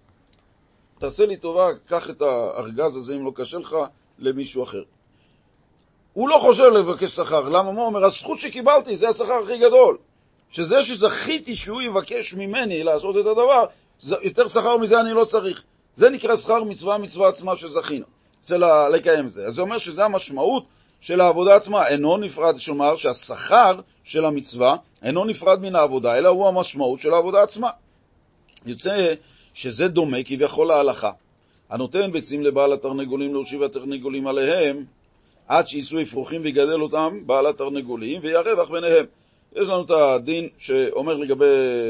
תעשה לי טובה, קח את הארגז הזה אם לא קשה לך למישהו אחר. הוא לא חושב לבקש שכר. למה? מה אומר? הזכות שקיבלתי זה השכר הכי גדול. שזה שזכיתי שהוא יבקש ממני לעשות את הדבר, יותר שכר מזה אני לא צריך. זה נקרא שכר מצווה, מצווה עצמה שזכינו. זה לקיים את זה. אז זה אומר שזה המשמעות של העבודה עצמה. אינו נפרד, שאומר שהשכר של המצווה אינו נפרד מן העבודה, אלא הוא המשמעות של העבודה עצמה. יוצא שזה דומה כביכול להלכה. הנותן ביצים לבעל התרנגולים להושיב התרנגולים עליהם, עד שיסו אפרוחים ויגדל אותם בעל התרנגולים וירווח ביניהם. יש לנו את הדין שאומר לגבי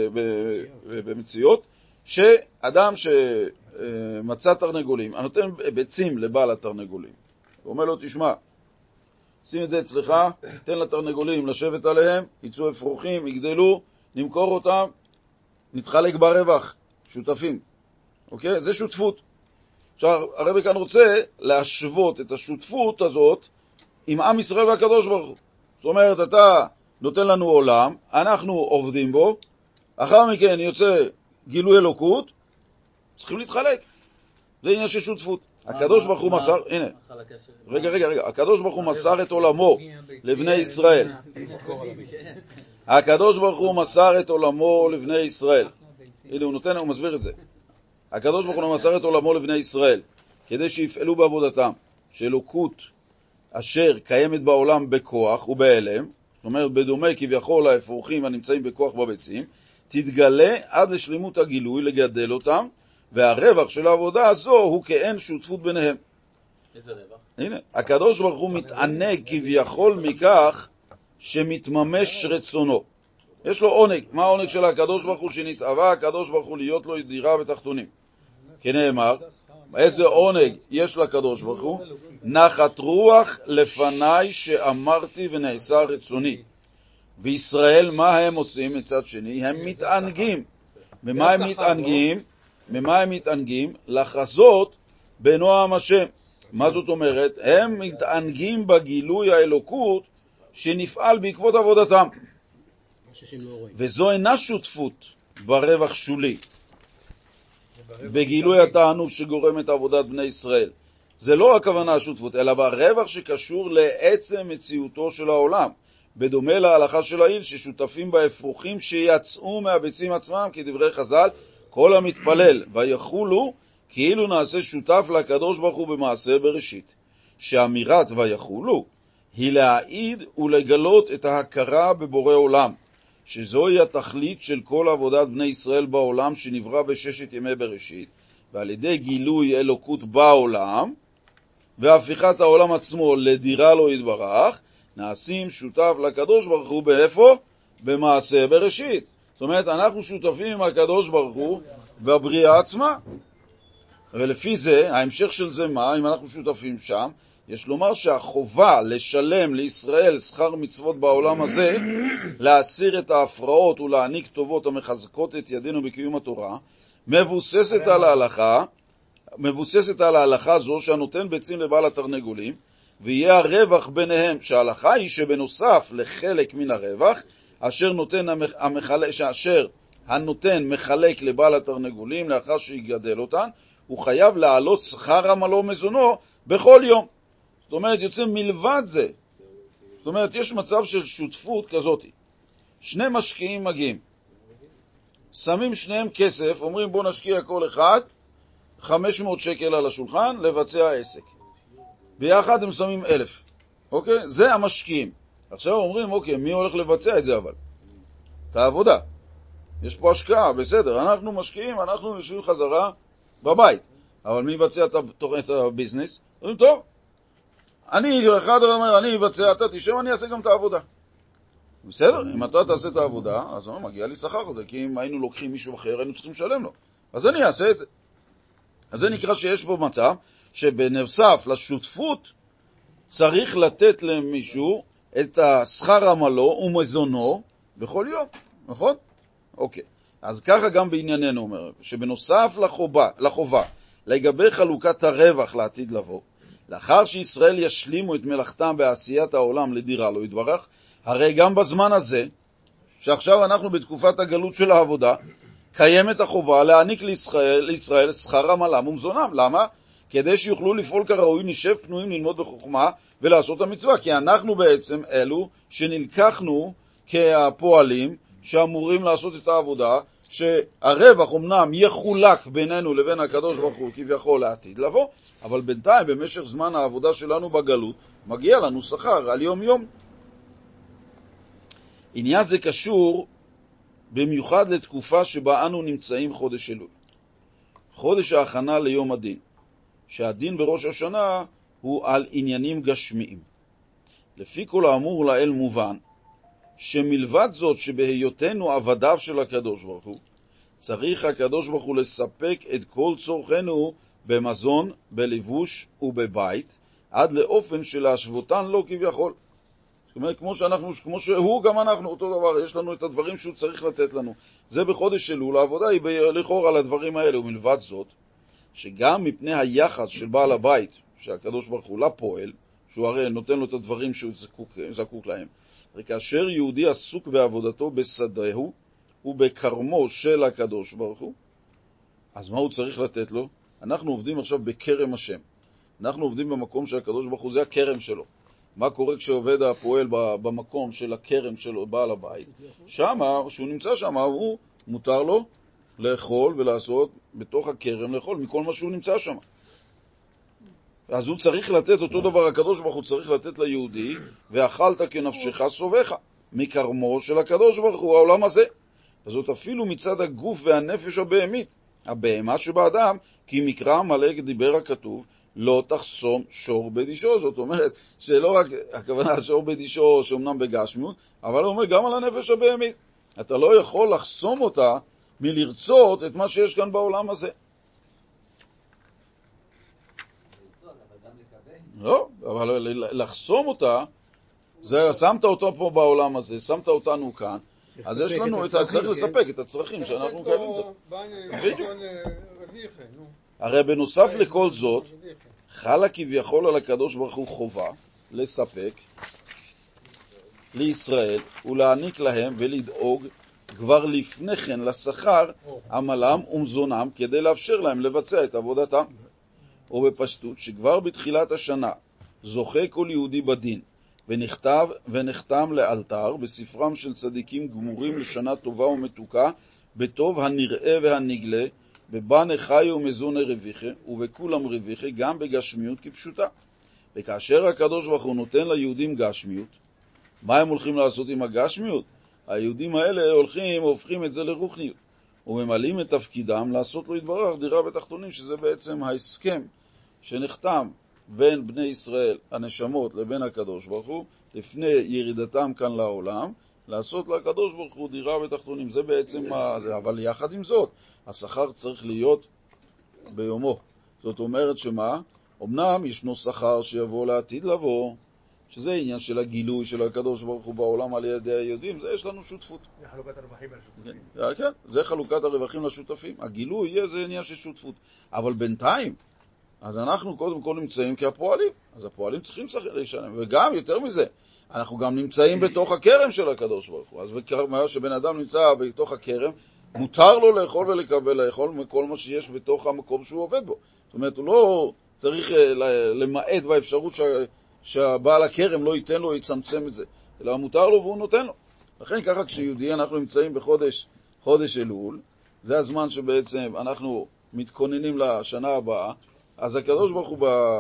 במציאות, שאדם שמצא תרנגולים, הנותן ביצים לבעל התרנגולים, הוא אומר לו, תשמע, שים את זה אצלך, תן לתרנגולים לשבת עליהם, יצאו אפרוחים, יגדלו, נמכור אותם, נתחלק ברווח, שותפים. אוקיי? זה שותפות. עכשיו, הרבי כאן רוצה להשוות את השותפות הזאת עם עם ישראל והקדוש ברוך הוא. זאת אומרת, אתה נותן לנו עולם, אנחנו עובדים בו, אחר מכן יוצא גילוי אלוקות, צריכים להתחלק. זה עניין של שותפות. הקדוש ברוך הוא מסר, הנה, רגע, הקדוש ברוך הוא מסר את עולמו לבני ישראל. הקדוש ברוך הוא מסר את עולמו לבני ישראל. הנה, הוא מסביר את זה. הקדוש ברוך הוא מסר את עולמו לבני ישראל, כדי שיפעלו בעבודתם, שאלוקות אשר קיימת בעולם בכוח ובהלם, זאת אומרת, בדומה כביכול האפרוחים הנמצאים בכוח בביצים, תתגלה עד לשלימות הגילוי לגדל אותם, והרווח של העבודה הזו הוא כאין שותפות ביניהם. איזה רווח? הנה, הקדוש ברוך הוא מתענג כביכול מכך שמתממש רצונו. יש לו עונג. מה העונג של הקדוש ברוך הוא? שנתאווה הקדוש ברוך הוא להיות לו דירה בתחתונים. כנאמר, איזה עונג יש לקדוש ברוך הוא? נחת רוח לפניי שאמרתי ונעשה רצוני. וישראל, מה הם עושים מצד שני? הם מתענגים. ממה הם מתענגים? ממה הם מתענגים? לחזות בנועם השם. מה זאת אומרת? הם מתענגים בגילוי האלוקות שנפעל בעקבות עבודתם. וזו אינה שותפות ברווח שולי, בגילוי התענוג שגורם את עבודת בני ישראל. זה לא הכוונה השותפות, אלא ברווח שקשור לעצם מציאותו של העולם. בדומה להלכה של העיל ששותפים באפרוחים שיצאו מהביצים עצמם, כדברי חז"ל, כל המתפלל ויחולו כאילו נעשה שותף לקדוש ברוך הוא במעשה בראשית. שאמירת ויחולו היא להעיד ולגלות את ההכרה בבורא עולם, שזוהי התכלית של כל עבודת בני ישראל בעולם שנברא בששת ימי בראשית, ועל ידי גילוי אלוקות בעולם והפיכת העולם עצמו לדירה לא יתברך, נעשים שותף לקדוש ברוך הוא באיפה? במעשה בראשית. זאת אומרת, אנחנו שותפים עם הקדוש ברוך הוא בבריאה עצמה. ולפי זה, ההמשך של זה מה? אם אנחנו שותפים שם, יש לומר שהחובה לשלם לישראל שכר מצוות בעולם הזה, להסיר את ההפרעות ולהעניק טובות המחזקות את ידינו בקיום התורה, מבוססת על ההלכה זו שהנותן ביצים לבעל התרנגולים, ויהיה הרווח ביניהם, שההלכה היא שבנוסף לחלק מן הרווח, אשר הנותן מחלק לבעל התרנגולים לאחר שיגדל אותן, הוא חייב להעלות שכר עמלו מזונו בכל יום. זאת אומרת, יוצא מלבד זה. זאת אומרת, יש מצב של שותפות כזאת. שני משקיעים מגיעים, שמים שניהם כסף, אומרים בוא נשקיע כל אחד 500 שקל על השולחן לבצע עסק. ביחד הם שמים 1,000. אוקיי? זה המשקיעים. עכשיו אומרים, אוקיי, מי הולך לבצע את זה אבל? את העבודה. יש פה השקעה, בסדר, אנחנו משקיעים, אנחנו יושבים חזרה בבית. אבל מי יבצע את הביזנס? אומרים, טוב, אחד אומר, אני אבצע, אתה תשב, אני אעשה גם את העבודה. בסדר, אם אתה תעשה את העבודה, אז מגיע לי שכר על זה, כי אם היינו לוקחים מישהו אחר, היינו צריכים לשלם לו. אז אני אעשה את זה. אז זה נקרא שיש פה מצב שבנוסף לשותפות צריך לתת למישהו את השכר עמלו ומזונו בכל יום, נכון? אוקיי. אז ככה גם בענייננו אומר, שבנוסף לחובה לגבי חלוקת הרווח לעתיד לבוא, לאחר שישראל ישלימו את מלאכתם בעשיית העולם לדירה לו יתברך, הרי גם בזמן הזה, שעכשיו אנחנו בתקופת הגלות של העבודה, קיימת החובה להעניק לישראל שכר עמלם ומזונם. למה? כדי שיוכלו לפעול כראוי, נשב פנויים ללמוד בחוכמה ולעשות את המצווה. כי אנחנו בעצם אלו שנלקחנו כפועלים שאמורים לעשות את העבודה, שהרווח אמנם יחולק בינינו לבין הקדוש ברוך הוא כביכול לעתיד לבוא, אבל בינתיים במשך זמן העבודה שלנו בגלות מגיע לנו שכר על יום יום. עניין זה קשור במיוחד לתקופה שבה אנו נמצאים חודש אלול, חודש ההכנה ליום הדין, שהדין בראש השנה הוא על עניינים גשמיים. לפי כל האמור לאל מובן שמלבד זאת שבהיותנו עבדיו של הקדוש ברוך הוא, צריך הקדוש ברוך הוא לספק את כל צורכנו במזון, בלבוש ובבית, עד לאופן של להשוותן לו כביכול. זאת אומרת, כמו שהוא, גם אנחנו אותו דבר, יש לנו את הדברים שהוא צריך לתת לנו. זה בחודש אלול, העבודה היא לכאורה על הדברים האלה, ומלבד זאת, שגם מפני היחס של בעל הבית, שהקדוש ברוך הוא לפועל, שהוא הרי נותן לו את הדברים שהוא זקוק להם, וכאשר יהודי עסוק בעבודתו בשדהו ובקרמו של הקדוש ברוך הוא, אז מה הוא צריך לתת לו? אנחנו עובדים עכשיו בקרם השם. אנחנו עובדים במקום שהקדוש ברוך הוא, זה הקרם שלו. מה קורה כשעובד הפועל במקום של הקרם שלו, בעל הבית? שמה, כשהוא נמצא שם, הוא מותר לו לאכול ולעשות בתוך הקרם, לאכול מכל מה שהוא נמצא שם. אז הוא צריך לתת אותו דבר, הקדוש ברוך הוא צריך לתת ליהודי, ואכלת כנפשך סובך, מקרמו של הקדוש ברוך הוא, העולם הזה. וזאת אפילו מצד הגוף והנפש הבהמית, הבהמה שבאדם, כי מקרא עמלק דיבר הכתוב, לא תחסום שור בדישו. זאת אומרת שלא רק הכוונה שור בדישו שאומנם בגשמיות, אבל הוא אומר גם על הנפש הבהמית. אתה לא יכול לחסום אותה מלרצות את מה שיש כאן בעולם הזה. לא, אבל לחסום אותה, זה שמת אותו פה בעולם הזה, שמת אותנו כאן, אז יש לנו, צריך לספק את הצרכים שאנחנו קיימים. הרי בנוסף לכל זאת, חלה כביכול על הקדוש ברוך הוא חובה לספק לישראל ולהעניק להם ולדאוג כבר לפני כן לשכר עמלם ומזונם, כדי לאפשר להם לבצע את עבודתם. או בפשטות שכבר בתחילת השנה זוכה כל יהודי בדין ונחתם לאלתר בספרם של צדיקים גמורים לשנה טובה ומתוקה, בטוב הנראה והנגלה, בבנה חי ומזונה רוויחה, ובכולם רוויחה, גם בגשמיות כפשוטה. וכאשר הקדוש ברוך הוא נותן ליהודים גשמיות, מה הם הולכים לעשות עם הגשמיות? היהודים האלה הופכים את זה לרוחניות, וממלאים את תפקידם לעשות לו יתברך דירה בתחתונים, שזה בעצם ההסכם שנחתם בין בני ישראל, הנשמות, לבין הקדוש ברוך הוא, לפני ירידתם כאן לעולם, לעשות לקדוש ברוך הוא דירה בתחתונים. זה בעצם, אבל יחד עם זאת, השכר צריך להיות ביומו. זאת אומרת שמה? אמנם ישנו שכר שיבוא לעתיד לבוא, שזה עניין של הגילוי של הקדוש ברוך הוא בעולם על ידי היהודים, זה יש לנו שותפות. זה חלוקת הרווחים לשותפים. כן, זה חלוקת הרווחים לשותפים. הגילוי יהיה זה עניין של שותפות. אבל בינתיים, אז אנחנו קודם כל נמצאים כהפועלים. אז הפועלים צריכים לשלם. וגם, יותר מזה, אנחנו גם נמצאים בתוך הכרם של הקדוש ברוך הוא. אז שבן אדם נמצא בתוך הכרם, מותר לו לאכול ולקבל לאכול מכל מה שיש בתוך המקום שהוא עובד בו. זאת אומרת, הוא לא צריך למעט באפשרות שהבעל הכרם לא ייתן לו, יצמצם את זה, אלא מותר לו והוא נותן לו. לכן ככה כשיהודי אנחנו נמצאים בחודש אלול, זה הזמן שבעצם אנחנו מתכוננים לשנה הבאה, אז הקדוש ברוך הוא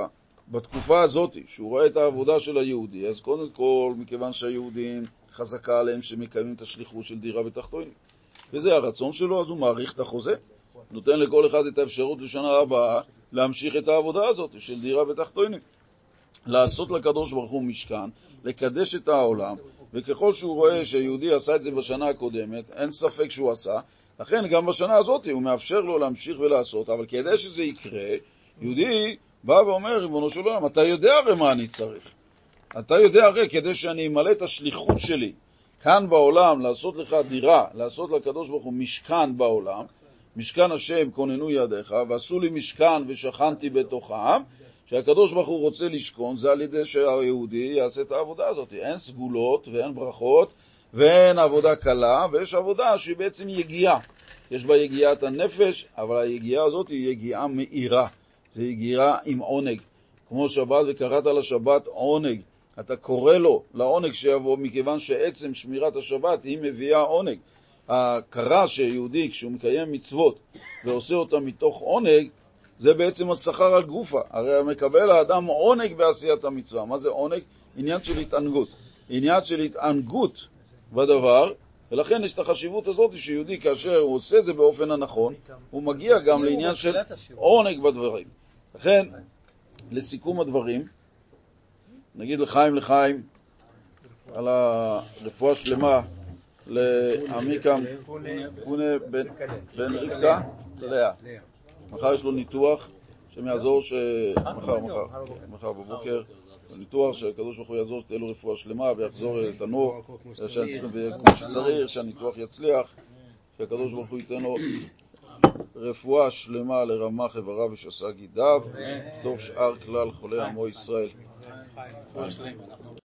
בתקופה הזאת, שהוא רואה את העבודה של היהודי, אז קודם כל, מכיוון שהיהודים חזקה עליהם שמקיימים את השליחות של דירה בתחתונים, וזה הרצון שלו, אז הוא מעריך את החוזה, נותן לכל אחד את האפשרות לשנה הבאה להמשיך את העבודה הזאת של דירה בתחתונים. לעשות לקדוש ברוך הוא משכן, לקדש את העולם, וככל שהוא רואה שיהודי עשה את זה בשנה הקודמת, אין ספק שהוא עשה, לכן גם בשנה הזאת הוא מאפשר לו להמשיך ולעשות, אבל כדי שזה יקרה, יהודי בא ואומר, ריבונו של עולם, אתה יודע הרי מה אני צריך. אתה יודע הרי כדי שאני אמלא את השליחות שלי כאן בעולם, לעשות לך דירה, לעשות לקדוש ברוך הוא משכן בעולם, משכן השם כוננו ידיך, ועשו לי משכן ושכנתי בתוכם, שהקדוש ברוך הוא רוצה לשכון, זה על ידי שהיהודי יעשה את העבודה הזאת. אין סגולות ואין ברכות ואין עבודה קלה, ויש עבודה שהיא בעצם יגיעה. יש בה יגיעת הנפש, אבל היגיעה הזאת היא יגיעה מאירה. זה יגיעה עם עונג. כמו שבת וקראת לשבת עונג. אתה קורא לו לעונג שיבוא, מכיוון שעצם שמירת השבת היא מביאה עונג. ההכרה שיהודי כשהוא מקיים מצוות ועושה אותה מתוך עונג, זה בעצם השכר על גופה. הרי מקבל האדם עונג בעשיית המצווה. מה זה עונג? עניין של התענגות. עניין של התענגות בדבר, ולכן יש את החשיבות הזאת שיהודי כאשר הוא עושה את זה באופן הנכון, הוא מגיע גם לעניין של עונג בדברים. לכן, לסיכום הדברים, נגיד לחיים על הרפואה שלמה לעמיקם קונה בן רבקה לאה. מחר יש לו ניתוח שמעזור מחר בבוקר, ניתוח שהקדוש ברוך הוא יעזור שתהיה לו רפואה שלמה ויחזור לתנור כמו שצריך, שהניתוח יצליח, שהקדוש ברוך הוא ייתן לו רפואה שלמה לרמ"ח איבריו ושס"ה גידיו, בתוך שאר כלל חולי עמו ישראל.